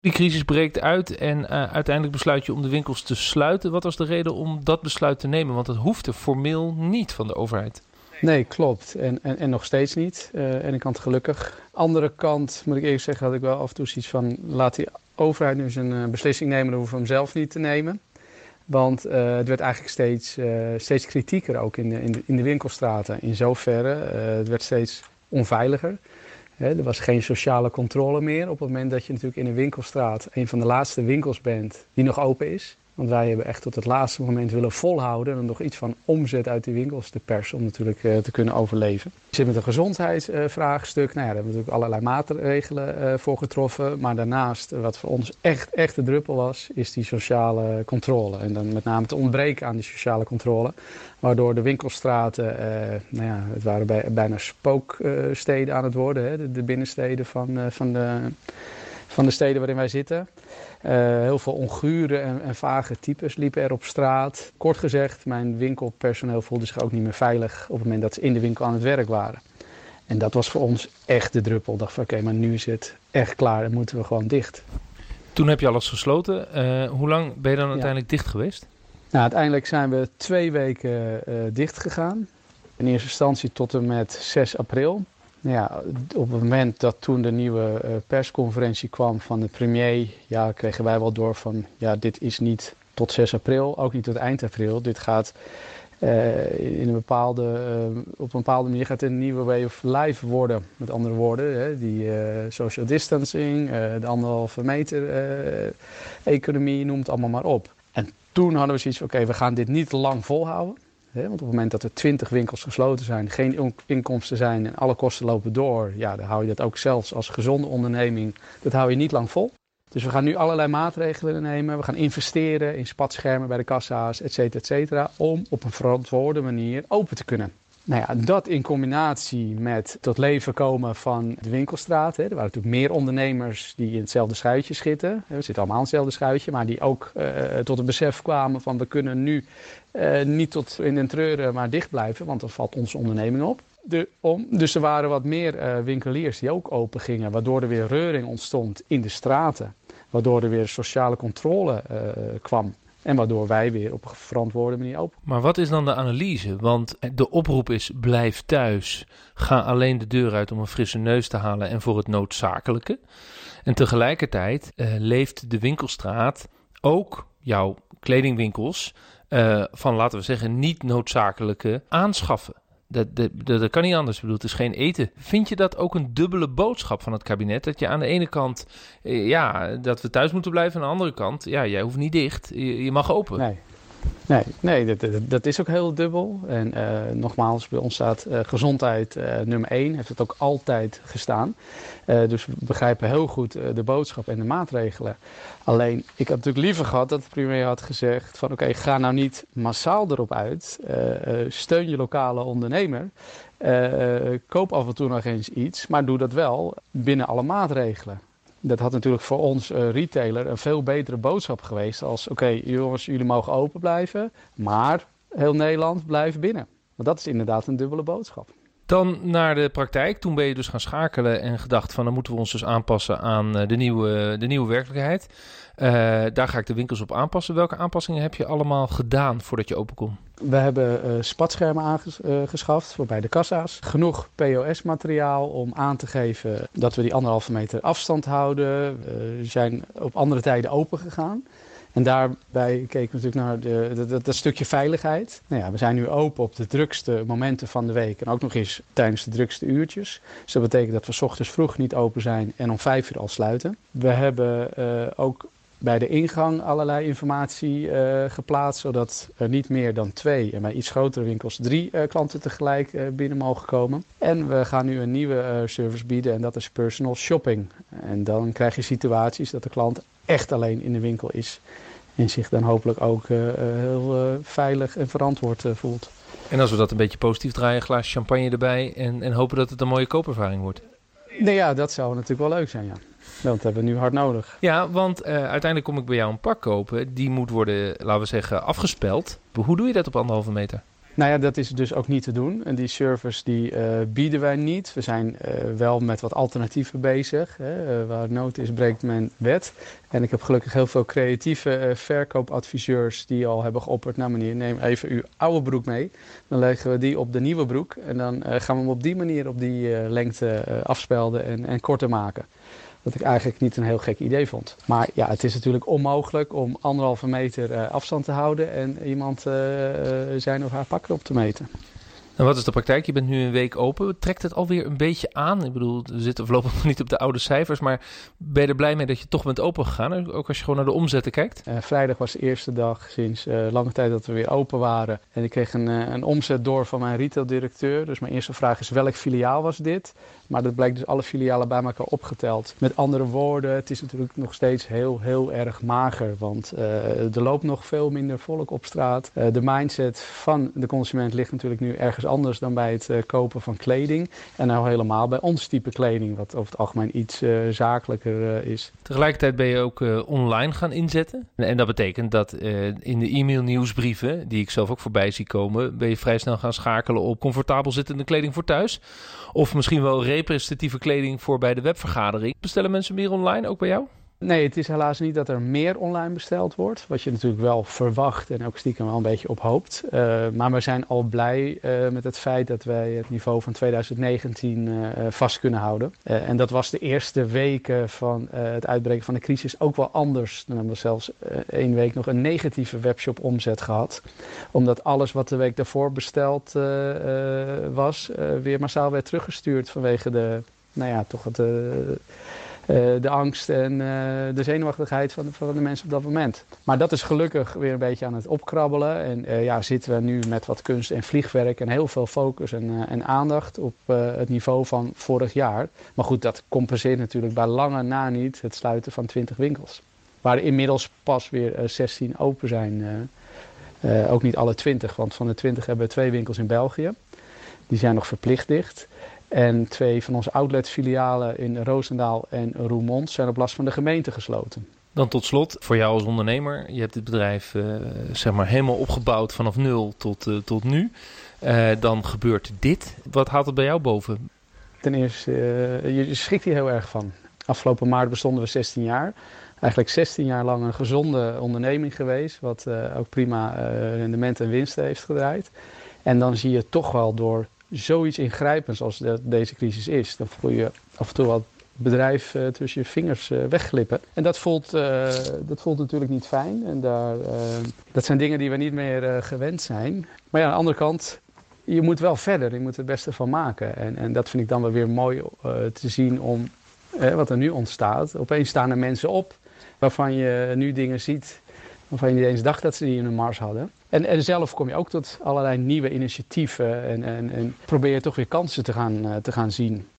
Die crisis breekt uit en uiteindelijk besluit je om de winkels te sluiten. Wat was de reden om dat besluit te nemen? Want dat hoefde formeel niet van de overheid. Nee, klopt. En nog steeds niet. En ik kant gelukkig. Andere kant moet ik eerlijk zeggen, had ik wel af en toe zoiets van, laat die overheid nu zijn beslissing nemen, dan hoeven we hem zelf niet te nemen. Want het werd eigenlijk steeds kritieker ook in de winkelstraten. In zoverre, het werd steeds onveiliger. Er was geen sociale controle meer op het moment dat je natuurlijk in een winkelstraat een van de laatste winkels bent die nog open is. Want wij hebben echt tot het laatste moment willen volhouden en om nog iets van omzet uit die winkels te persen om natuurlijk te kunnen overleven. Je zit met een gezondheidsvraagstuk. Daar hebben we natuurlijk allerlei maatregelen voor getroffen. Maar daarnaast, wat voor ons echt de druppel was, is die sociale controle. En dan met name het ontbreken aan die sociale controle. Waardoor de winkelstraten, het waren bijna spooksteden aan het worden. Hè? De binnensteden van de steden waarin wij zitten. Heel veel ongure en vage types liepen er op straat. Kort gezegd, mijn winkelpersoneel voelde zich ook niet meer veilig op het moment dat ze in de winkel aan het werk waren. En dat was voor ons echt de druppel. Ik dacht van oké, maar nu is het echt klaar, dan moeten we gewoon dicht. Toen heb je alles gesloten. Hoe lang ben je dan uiteindelijk dicht geweest? Nou, uiteindelijk zijn we 2 weken dicht gegaan. In eerste instantie tot en met 6 april. Ja, op het moment dat toen de nieuwe persconferentie kwam van de premier, kregen wij wel door van, dit is niet tot 6 april, ook niet tot eind april. Dit gaat op een bepaalde manier gaat een nieuwe way of life worden. Met andere woorden, die social distancing, de 1,5 meter economie, noem het allemaal maar op. En toen hadden we zoiets van, oké, we gaan dit niet lang volhouden. Want op het moment dat er 20 winkels gesloten zijn, geen inkomsten zijn en alle kosten lopen door, dan hou je dat ook zelfs als gezonde onderneming, dat hou je niet lang vol. Dus we gaan nu allerlei maatregelen nemen. We gaan investeren in spatschermen bij de kassa's, et cetera, om op een verantwoorde manier open te kunnen. Dat in combinatie met tot leven komen van de winkelstraat. Er waren natuurlijk meer ondernemers die in hetzelfde schuitje zitten. We zitten allemaal in hetzelfde schuitje, maar die ook tot het besef kwamen van we kunnen nu niet tot in den treuren maar dicht blijven, want dan valt onze onderneming op. Dus er waren wat meer winkeliers die ook open gingen, waardoor er weer reuring ontstond in de straten. Waardoor er weer sociale controle kwam. En waardoor wij weer op een verantwoorde manier open. Maar wat is dan de analyse? Want de oproep is blijf thuis. Ga alleen de deur uit om een frisse neus te halen en voor het noodzakelijke. En tegelijkertijd leeft de winkelstraat, ook jouw kledingwinkels, van laten we zeggen niet noodzakelijke aanschaffen. Dat kan niet anders. Ik bedoel, het is geen eten. Vind je dat ook een dubbele boodschap van het kabinet? Dat je aan de ene kant, dat we thuis moeten blijven. Aan de andere kant, jij hoeft niet dicht. Je mag open. Nee, dat is ook heel dubbel. En nogmaals, bij ons staat gezondheid nummer 1. Heeft het ook altijd gestaan. Dus we begrijpen heel goed de boodschap en de maatregelen. Alleen, ik had natuurlijk liever gehad dat de premier had gezegd van oké, ga nou niet massaal erop uit. Steun je lokale ondernemer. Koop af en toe nog eens iets, maar doe dat wel binnen alle maatregelen. Dat had natuurlijk voor ons retailer een veel betere boodschap geweest als oké, jongens, jullie mogen open blijven, maar heel Nederland blijft binnen. Want dat is inderdaad een dubbele boodschap. Dan naar de praktijk. Toen ben je dus gaan schakelen en gedacht van dan moeten we ons dus aanpassen aan de nieuwe werkelijkheid. Daar ga ik de winkels op aanpassen. Welke aanpassingen heb je allemaal gedaan voordat je open kon? We hebben spatschermen aangeschaft voor bij de kassa's. Genoeg POS-materiaal om aan te geven dat we die 1,5 meter afstand houden. We zijn op andere tijden open gegaan. En daarbij keken we natuurlijk naar dat stukje veiligheid. We zijn nu open op de drukste momenten van de week. En ook nog eens tijdens de drukste uurtjes. Dus dat betekent dat we 's ochtends vroeg niet open zijn en om 5 uur al sluiten. We hebben ook bij de ingang allerlei informatie geplaatst. Zodat er niet meer dan 2 en bij iets grotere winkels 3 klanten tegelijk binnen mogen komen. En we gaan nu een nieuwe service bieden en dat is personal shopping. En dan krijg je situaties dat de klant echt alleen in de winkel is. En zich dan hopelijk ook heel veilig en verantwoord voelt. En als we dat een beetje positief draaien, een glaasje champagne erbij en hopen dat het een mooie koopervaring wordt. Dat zou natuurlijk wel leuk zijn, ja. Dat hebben we nu hard nodig. Ja, want uiteindelijk kom ik bij jou een pak kopen. Die moet worden, laten we zeggen, afgespeld. Hoe doe je dat op 1,5 meter? Nou ja, dat is dus ook niet te doen. En die service die bieden wij niet. We zijn wel met wat alternatieven bezig. Hè. Waar nood is, breekt men wet. En ik heb gelukkig heel veel creatieve verkoopadviseurs die al hebben geopperd. Nou meneer, neem even uw oude broek mee. Dan leggen we die op de nieuwe broek. En dan gaan we hem op die manier op die lengte afspelden en korter maken. Wat ik eigenlijk niet een heel gek idee vond. Maar ja, het is natuurlijk onmogelijk om 1,5 meter afstand te houden en iemand zijn of haar pakken op te meten. En wat is de praktijk? Je bent nu een week open. Trekt het alweer een beetje aan? Ik bedoel, we zitten voorlopig nog niet op de oude cijfers, maar ben je er blij mee dat je toch bent open gegaan? Ook als je gewoon naar de omzetten kijkt? Vrijdag was de eerste dag sinds lange tijd dat we weer open waren. En ik kreeg een omzet door van mijn retaildirecteur. Dus mijn eerste vraag is, welk filiaal was dit? Maar dat blijkt dus alle filialen bij elkaar opgeteld. Met andere woorden, het is natuurlijk nog steeds heel erg mager. Want er loopt nog veel minder volk op straat. De mindset van de consument ligt natuurlijk nu ergens anders dan bij het kopen van kleding. En nou helemaal bij ons type kleding, wat over het algemeen iets zakelijker is. Tegelijkertijd ben je ook online gaan inzetten. En dat betekent dat in de e-mail nieuwsbrieven, die ik zelf ook voorbij zie komen, ben je vrij snel gaan schakelen op comfortabel zittende kleding voor thuis. Of misschien wel representatieve kleding voor bij de webvergadering. Bestellen mensen meer online, ook bij jou? Nee, het is helaas niet dat er meer online besteld wordt. Wat je natuurlijk wel verwacht en ook stiekem wel een beetje op hoopt. Maar we zijn al blij met het feit dat wij het niveau van 2019 vast kunnen houden. En dat was de eerste weken van het uitbreken van de crisis ook wel anders. Dan hebben we zelfs 1 week nog een negatieve webshop omzet gehad. Omdat alles wat de week daarvoor besteld was, weer massaal werd teruggestuurd vanwege de angst en de zenuwachtigheid van de mensen op dat moment. Maar dat is gelukkig weer een beetje aan het opkrabbelen. En zitten we nu met wat kunst en vliegwerk en heel veel focus en aandacht op het niveau van vorig jaar. Maar goed, dat compenseert natuurlijk bij lange na niet het sluiten van 20 winkels. Waar inmiddels pas weer 16 open zijn. Ook niet alle 20, want van de 20 hebben we 2 winkels in België. Die zijn nog verplicht dicht. En 2 van onze outletfilialen in Roosendaal en Roermond zijn op last van de gemeente gesloten. Dan tot slot, voor jou als ondernemer. Je hebt dit bedrijf helemaal opgebouwd vanaf 0 tot nu. Dan gebeurt dit. Wat haalt het bij jou boven? Ten eerste, je schrikt hier heel erg van. Afgelopen maart bestonden we 16 jaar. Eigenlijk 16 jaar lang een gezonde onderneming geweest. Wat ook prima rendement en winst heeft gedraaid. En dan zie je toch wel door zoiets ingrijpends als deze crisis is. Dan voel je af en toe wel het bedrijf tussen je vingers wegglippen. En dat voelt natuurlijk niet fijn. En dat zijn dingen die we niet meer gewend zijn. Maar ja, aan de andere kant, je moet wel verder. Je moet er het beste van maken. En dat vind ik dan wel weer mooi te zien om wat er nu ontstaat. Opeens staan er mensen op waarvan je nu dingen ziet waarvan je niet eens dacht dat ze die in hun mars hadden. En zelf kom je ook tot allerlei nieuwe initiatieven en probeer je toch weer kansen te gaan zien.